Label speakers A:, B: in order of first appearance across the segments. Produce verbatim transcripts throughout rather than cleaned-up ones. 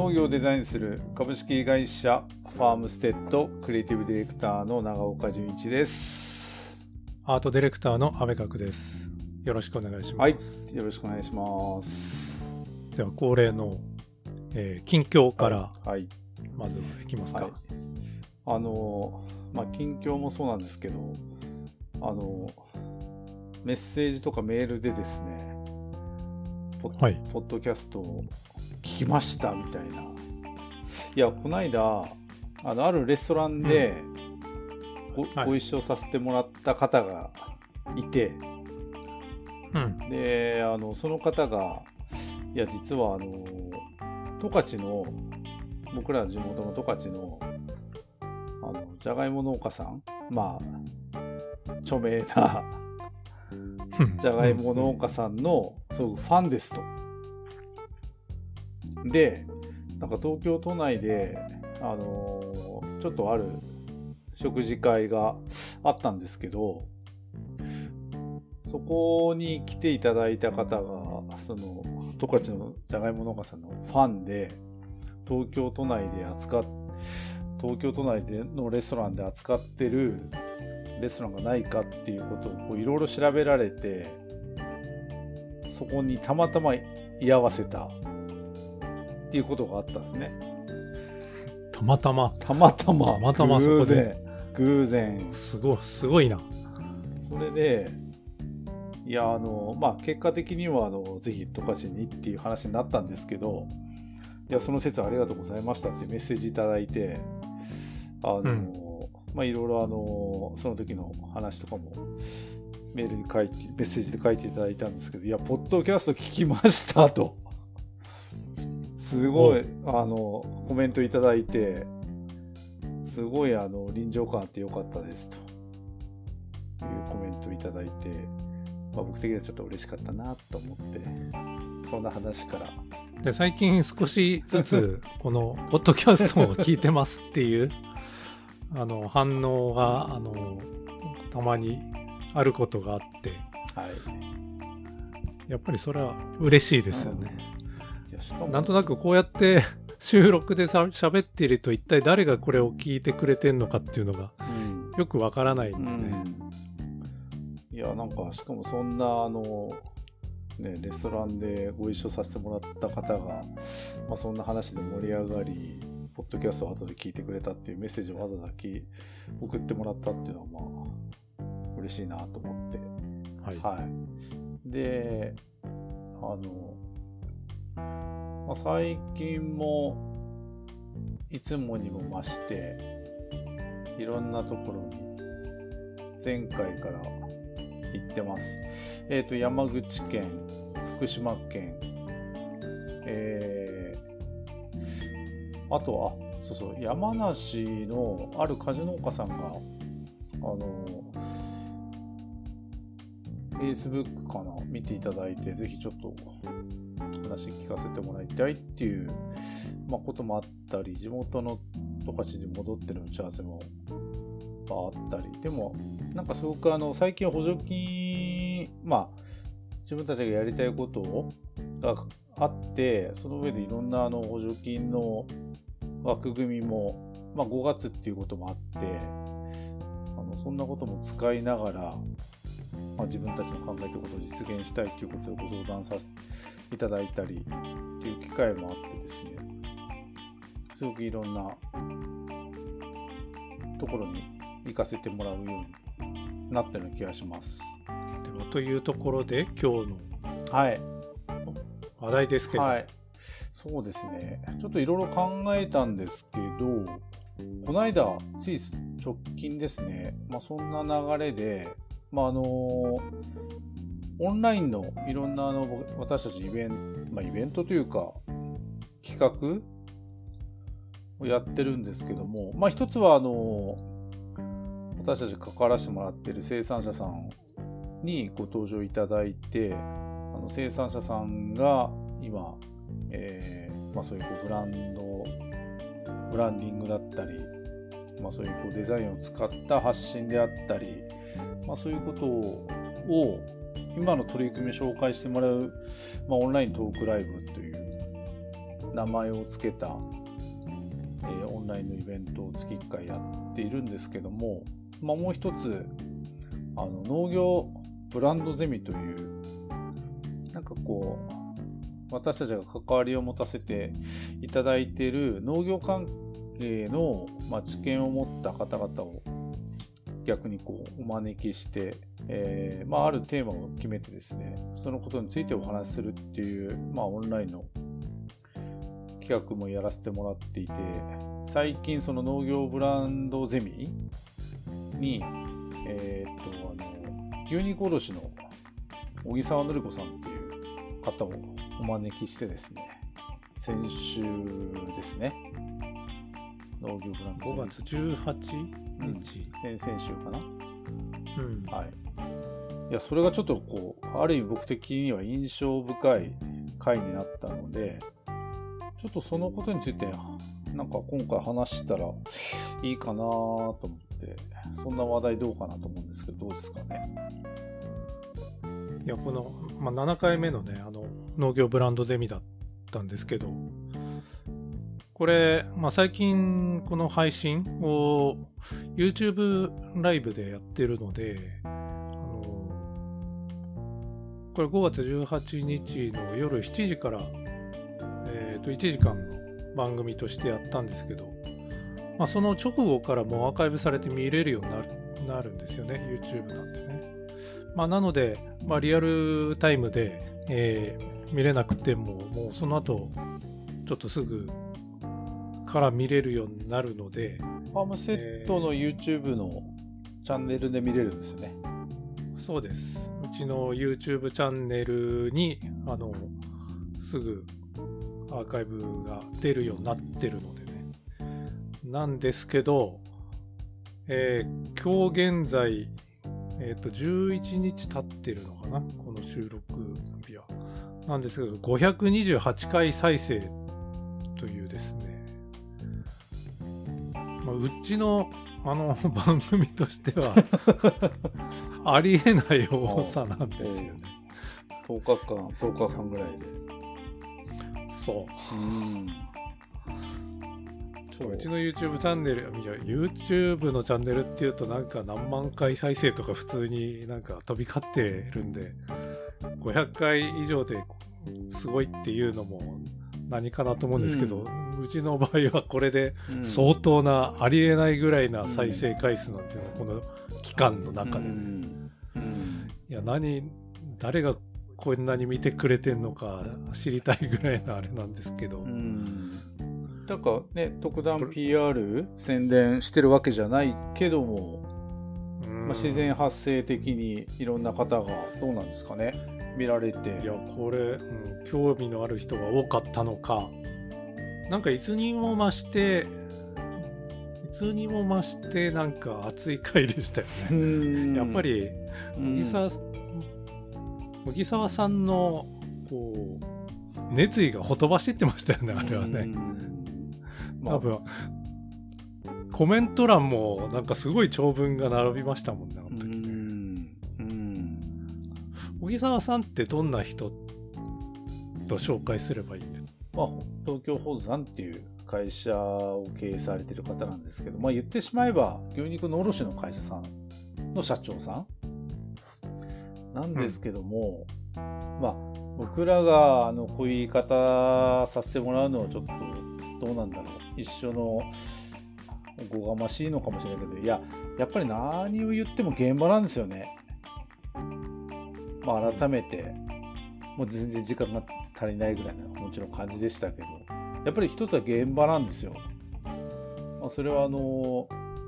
A: 農業をデザインする株式会社ファームステッドクリエイティブディレクターの長岡純一です。
B: アートディレクターの阿部角です。よろしくお願いします。
A: はい、よろしくお願いします。
B: では恒例の、えー、近況からまずはいきますか。
A: はいはい、あのまあ近況もそうなんですけど、あのメッセージとかメールでですね、ポッ、はい、ポッドキャストを聞きましたみたいな。いや、この間あのあるレストランで ご,、うん、ご一緒させてもらった方がいて、
B: うん、
A: であのその方がいや実はあの十勝の僕らの地元の十勝のあのじゃがいも農家さん、まあ著名なじゃがいも農家さんのすごくファンですと。でなんか東京都内であのちょっとある食事会があったんですけど、そこに来ていただいた方がその十勝のじゃがいも農家さんのファンで、東京都内で扱っ東京都内でのレストランで扱ってるレストランがないかっていうことをいろいろ調べられて、そこにたまたま居合わせたっていうことがあったんですね。
B: たまたま
A: たまたま
B: たまたまそこで
A: 偶然
B: すごいすごいな。
A: それでいやあのまあ結果的にはあのぜひ十勝にっていう話になったんですけど、いやその説ありがとうございましたっていうメッセージいただいて、あの、うん、まあいろいろあのその時の話とかもメールに書いてメッセージで書いていただいたんですけど、いやポッドキャスト聞きましたとすごいあのコメントいただいて、すごいあの臨場感あってよかったですというコメントいただいて、まあ、僕的にはちょっと嬉しかったなと思って、そんな話から
B: で最近少しずつこのポッドキャストを聞いてますっていうあの反応があのたまにあることがあって、
A: はい、
B: やっぱりそれは嬉しいですよね。
A: うん、いやしかも
B: なんとなくこうやって収録でさ喋っていると一体誰がこれを聞いてくれてんのかっていうのがよくわからないんでね、
A: うん、いやなんかしかもそんなあのね、レストランでご一緒させてもらった方が、まあ、そんな話で盛り上がりポッドキャストを後で聞いてくれたっていうメッセージをわざわざ送ってもらったっていうのはまあ嬉しいなと思って、
B: はい
A: はい、であの、まあ、最近もいつもにも増していろんなところに前回から行ってます。えっと山口県、福島県、えー、あとはそうそう山梨のある果樹農家さんがあの Facebook かな見ていただいて、ぜひちょっと話聞かせてもらいたいっていう、まあ、こともあったり、地元の十勝に戻ってる打ち合わせもあったり、でもなんかすごくあの最近補助金、まあ自分たちがやりたいことがあって、その上でいろんなあの補助金の枠組みも、まあ、ごがつっていうこともあって、あのそんなことも使いながら、まあ、自分たちの考えたことを実現したいということでご相談させていただいたりっていう機会もあってですね、すごくいろんなところに行かせてもらうようになったような気がします。
B: ではというところで今日の話題ですけど、
A: はいはい、そうですね、ちょっといろいろ考えたんですけど、この間つい直近ですね、まあ、そんな流れで、まああのオンラインのいろんなあの私たちイベント、まあ、イベントというか企画をやってるんですけども、まあ一つはあの私たち関わらせてもらっている生産者さんにご登場いただいて、あの生産者さんが今、えーまあ、そういうこうブランドブランディングだったり、まあ、そういうこうデザインを使った発信であったり、まあ、そういうことを今の取り組みを紹介してもらう、まあ、オンライントークライブという名前を付けた、えー、オンラインのイベントを月いっかいやっているんですけども、まあ、もう一つあの農業ブランドゼミというなんかこう私たちが関わりを持たせていただいている農業関係の、まあ、知見を持った方々を逆にこうお招きして、えーまあ、あるテーマを決めてですね、そのことについてお話しするっていう、まあ、オンラインの企画もやらせてもらっていて、最近その農業ブランドゼミに、えー、っとあの牛肉卸の小木沢典子さんっていう方をお招きしてですね、先週ですね、農業ブランドゼミ
B: ごがつじゅうはちにち、
A: うん、先々週かな、
B: うん
A: はい、いやそれがちょっとこうある意味僕的には印象深い回になったので、ちょっとそのことについてなんか今回話したらいいかなと思って、そんな話題どうかなと思うんですけど、どうですかね。
B: いやこの、まあ、ななかいめのねあの農業ブランドゼミだったんですけど、これ、まあ、最近この配信を YouTube ライブでやってるので、あのこれごがつじゅうはちにちの夜しちじから、えー、といちじかんの番組としてやったんですけど、まあ、その直後からもうアーカイブされて見れるようになる、なるんですよね、 YouTube なんでね。まあ、なので、まあ、リアルタイムで、えー、見れなくてももうその後ちょっとすぐから見れるようになるので、
A: ファームセットの YouTube のチャンネルで見れるんですよね。
B: えー、そうです。うちの YouTube チャンネルにあのすぐアーカイブが出るようになってるのでね。なんですけど、えー、今日現在えっとじゅういちにち経ってるのかな、この収録日は。なんですけどごひゃくにじゅうはちかい再生というですね、まあ、うちのあの番組としてはありえない多さなんですよね。
A: とおかかんとおかかんぐらいで。
B: そう。
A: うん
B: うちの YouTube チャンネル、いや YouTube のチャンネルっていうとなんか何万回再生とか普通になんか飛び交ってるんで、ごひゃっかい以上ですごいっていうのも何かなと思うんですけど、うん、うちの場合はこれで相当な、ありえないぐらいな再生回数なんですよね、うん、この期間の中でね、うんうん、いや何誰がこんなに見てくれてんのか知りたいぐらいのあれなんですけど、うん、
A: なんかね、特段 ピーアール 宣伝してるわけじゃないけども、まあ、自然発生的にいろんな方がどうなんですかね、見られて。
B: いやこれ、うん、興味のある人が多かったのか、なんかいつにも増していつにも増してなんか熱い回でしたよね。やっぱり小木沢、小木沢さんのこう熱意がほとばしってましたよね、あれはね。多分コメント欄もなんかすごい長文が並びましたもんね、あの時ね。うんうん、小木沢さんってどんな人と紹介すればいいんだ。
A: まあ、東京ホーズさんっていう会社を経営されてる方なんですけど、まあ、言ってしまえば牛肉の卸の会社さんの社長さんなんですけども、うん、まあ僕らがあのこういう言い方させてもらうのはちょっとどうなんだろう、一緒のおこがましいのかもしれないけど、いややっぱり何を言っても現場なんですよね。まあ改めてもう全然時間が足りないぐらいのもちろん感じでしたけど、やっぱり一つは現場なんですよ。まあ、それはあの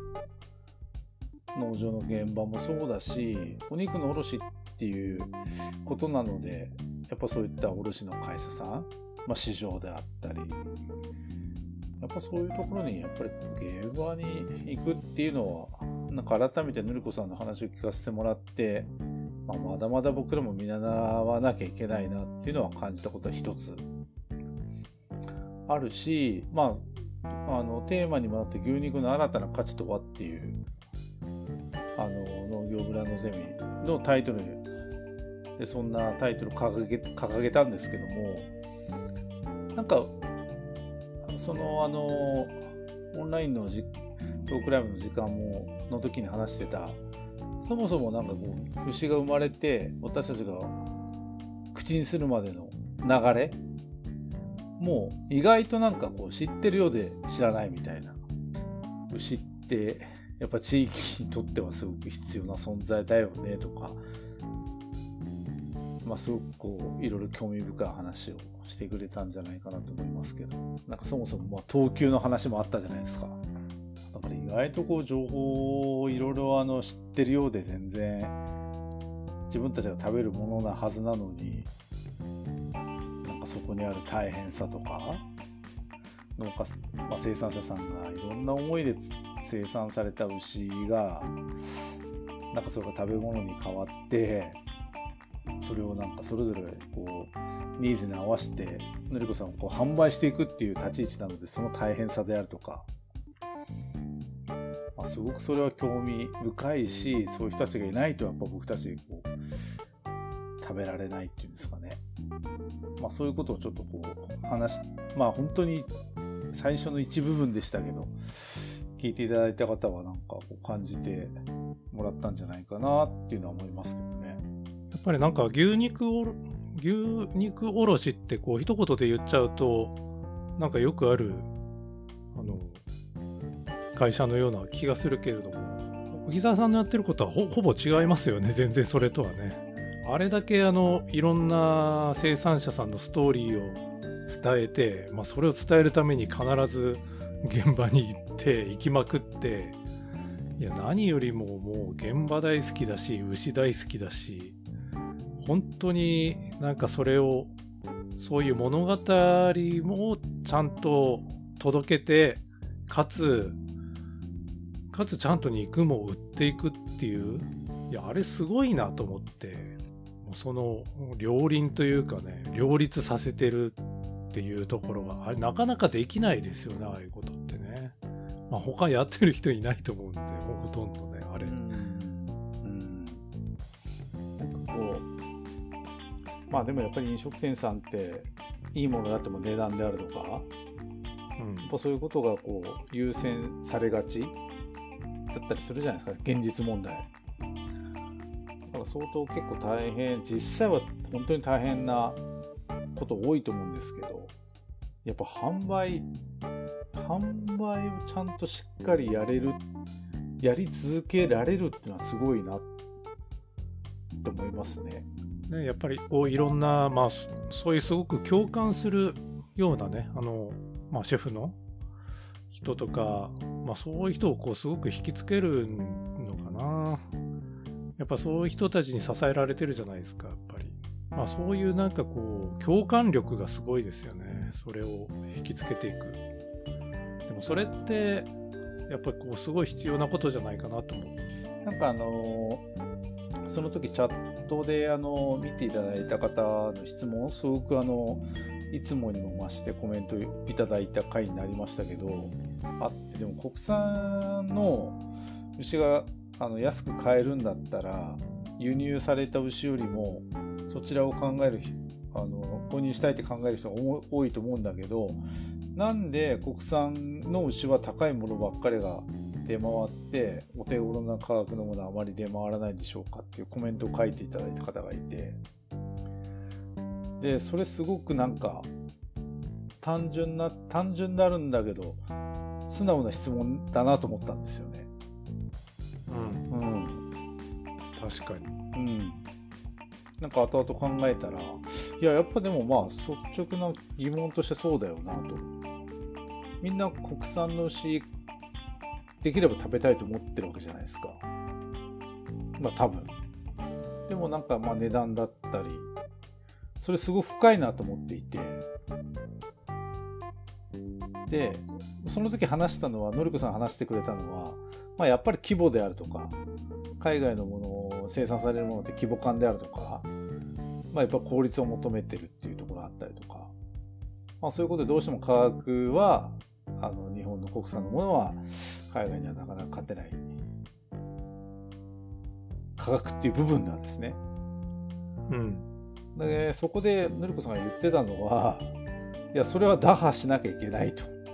A: 農場の現場もそうだし、お肉の卸っていうことなので、やっぱそういった卸の会社さん、まあ、市場であったり、やっぱそういうところにやっぱり現場に行くっていうのは、なんか改めてぬるこさんの話を聞かせてもらって、まあ、まだまだ僕らも見習わなきゃいけないなっていうのは感じたことは一つあるし、まあ、あのテーマにもなって牛肉の新たな価値とはっていうあの農業ブランドゼミのタイトルで、そんなタイトルを掲げ、掲げたんですけども、なんかそのあのオンラインのじトークライブの時間もの時に話してた、そもそもなんかこう牛が生まれて私たちが口にするまでの流れもう意外となんかこう知ってるようで知らないみたいな。牛ってやっぱ地域にとってはすごく必要な存在だよねとか、まあすごくこういろいろ興味深い話をしてくれたんじゃないかなと思いますけど、なんかそもそもまあ等級の話もあったじゃないですか。だから意外とこう情報をいろいろあの知ってるようで全然自分たちが食べるものなはずなのに、なんかそこにある大変さとか、農家、まあ、生産者さんがいろんな思いで生産された牛がなんかそれが食べ物に変わって、それをなんかそれぞれこうニーズに合わせてのりこさんをこう販売していくっていう立ち位置なので、その大変さであるとか、まあ、すごくそれは興味深いし、そういう人たちがいないとやっぱ僕たちこう食べられないっていうんですかね。まあそういうことをちょっとこう話し、まあ本当に最初の一部分でしたけど、聞いていただいた方はなんかこう感じてもらったんじゃないかなっていうのは思いますけどね。
B: やっぱりなんか牛肉おろ牛肉おろしってこう一言で言っちゃうとなんかよくあるあの会社のような気がするけれども、小木澤さんのやってることは ほ, ほぼ違いますよね。全然それとはね。あれだけあのいろんな生産者さんのストーリーを伝えて、まあ、それを伝えるために必ず現場に行って行きまくって、いや何よりももう現場大好きだし牛大好きだし、本当になんかそれをそういう物語もちゃんと届けて、かつかつちゃんと肉も売っていくっていう、いやあれすごいなと思って、もうその両輪というかね、両立させてるっていうところがあれなかなかできないですよね、ああいうことってね。まあ他やってる人いないと思うんで、ほとんどねあれ。うん、
A: なんかこうまあでもやっぱり飲食店さんっていいものだっても値段であるとか、うん、やっぱそういうことがこう優先されがちだったりするじゃないですか、現実問題。だから相当結構大変、実際は本当に大変なこと多いと思うんですけど、やっぱ販売販売をちゃんとしっかりやれる、やり続けられるっていうのはすごいなって思いますね。
B: ね、やっぱりこういろんな、まあ、そういうすごく共感するようなね、あの、まあ、シェフの人とか、まあ、そういう人をこうすごく引きつけるのかな。やっぱそういう人たちに支えられてるじゃないですか、やっぱり。まあ、そういうなんかこう共感力がすごいですよね。それを引きつけていく。でもそれってやっぱりこうすごい必要なことじゃないかなと思う。
A: なんかあのその時チャットであの見ていただいた方の質問、すごくあのいつもにも増してコメントいただいた回になりましたけど、あって、でも国産の牛があの安く買えるんだったら輸入された牛よりもそちらを考える、あの購入したいって考える人が多いと思うんだけど、なんで国産の牛は高いものばっかりが出回ってお手頃な価格のものはあまり出回らないんでしょうかっていうコメントを書いていただいた方がいて、でそれすごくなんか単純な単純であるんだけど素直な質問だなと思ったんですよね。
B: うん、うん、確かに。
A: うん。なんか後々考えたら、いややっぱでもまあ率直な疑問としてそうだよなと。みんな国産の牛できれば食べたいと思ってるわけじゃないですか。まあ多分。でもなんかまあ値段だったり、それすごく深いなと思っていて。で、その時話したのは、のりこさん話してくれたのは、まあやっぱり規模であるとか、海外のものを生産されるものって規模感であるとか、まあやっぱ効率を求めてるっていうところがあったりとか、まあそういうことでどうしても価格は、あの日本の国産のものは海外にはなかなか勝てない価格っていう部分なんですね。
B: うん。
A: でそこでのりこさんが言ってたのは、いやそれは打破しなきゃいけないと。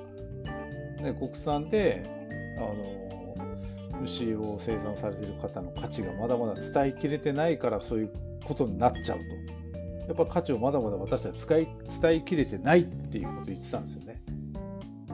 A: ね、国産であの牛を生産されている方の価値がまだまだ伝えきれてないからそういうことになっちゃうと、やっぱ価値をまだまだ私たちは伝え、伝えきれてないっていうことを言ってたんですよね。
B: うん、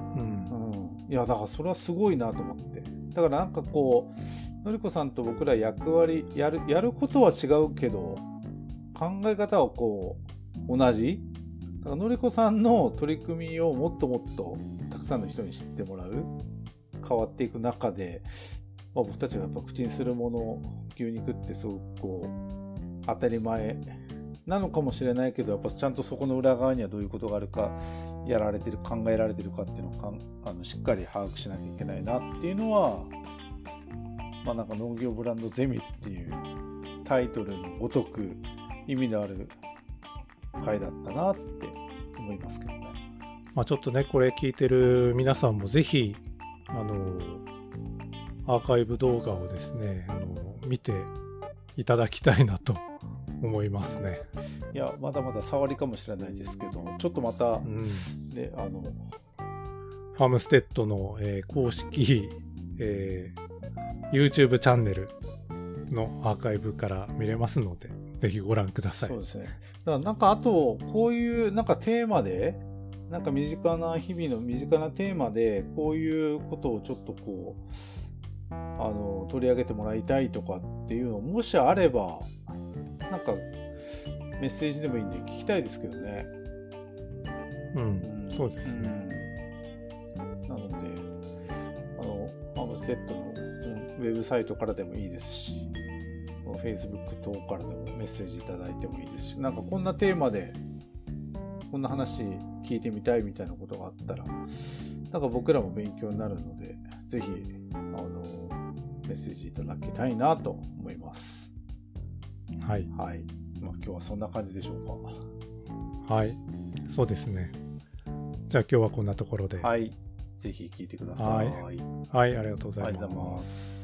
A: うん、いやだからそれはすごいなと思って、だからなんかこうのりこさんと僕ら役割やるやることは違うけど考え方はこう同じだから、のりこさんの取り組みをもっともっとたくさんの人に知ってもらう、変わっていく中で、まあ、僕たちがやっぱ口にするもの、牛肉ってすごくこう当たり前なのかもしれないけど、やっぱちゃんとそこの裏側にはどういうことがあるか、やられてる、考えられてるかっていうのをかんあのしっかり把握しなきゃいけないなっていうのは、まあなんか農業ブランドゼミっていうタイトルのごとく意味のある回だったなって思いますけどね。
B: まあちょっとねこれ聞いてる皆さんもぜひあのアーカイブ動画をですねあの見ていただきたいなと思いますね。
A: いやまだまだ触りかもしれないですけど、ちょっとまた、
B: うん
A: ね、あの
B: ファームステッドの、えー公式、えー YouTube チャンネルのアーカイブから見れますので、ぜひご覧ください。
A: そうですね。だからなんかあとこういうなんかテーマで、なんか身近な日々の身近なテーマでこういうことをちょっとこうあの取り上げてもらいたいとかっていうのもしあれば、なんかメッセージでもいいんで聞きたいですけどね。
B: うん、
A: うん、
B: そうですね。
A: うん、なのであのファームステッドのウェブサイトからでもいいですし、Facebook 等からでもメッセージいただいてもいいですし、なんかこんなテーマでこんな話聞いてみたいみたいなことがあったら、なんか僕らも勉強になるので、ぜひあのメッセージいただきたいなと思います。
B: はい。
A: はい。まあ今日はそんな感じでしょう
B: か。はい。そうですね。じゃあ今日はこんなところで。
A: はい。ぜひ聞いてください。
B: はい。はい、ありがとうございます。
A: ありがとうございます。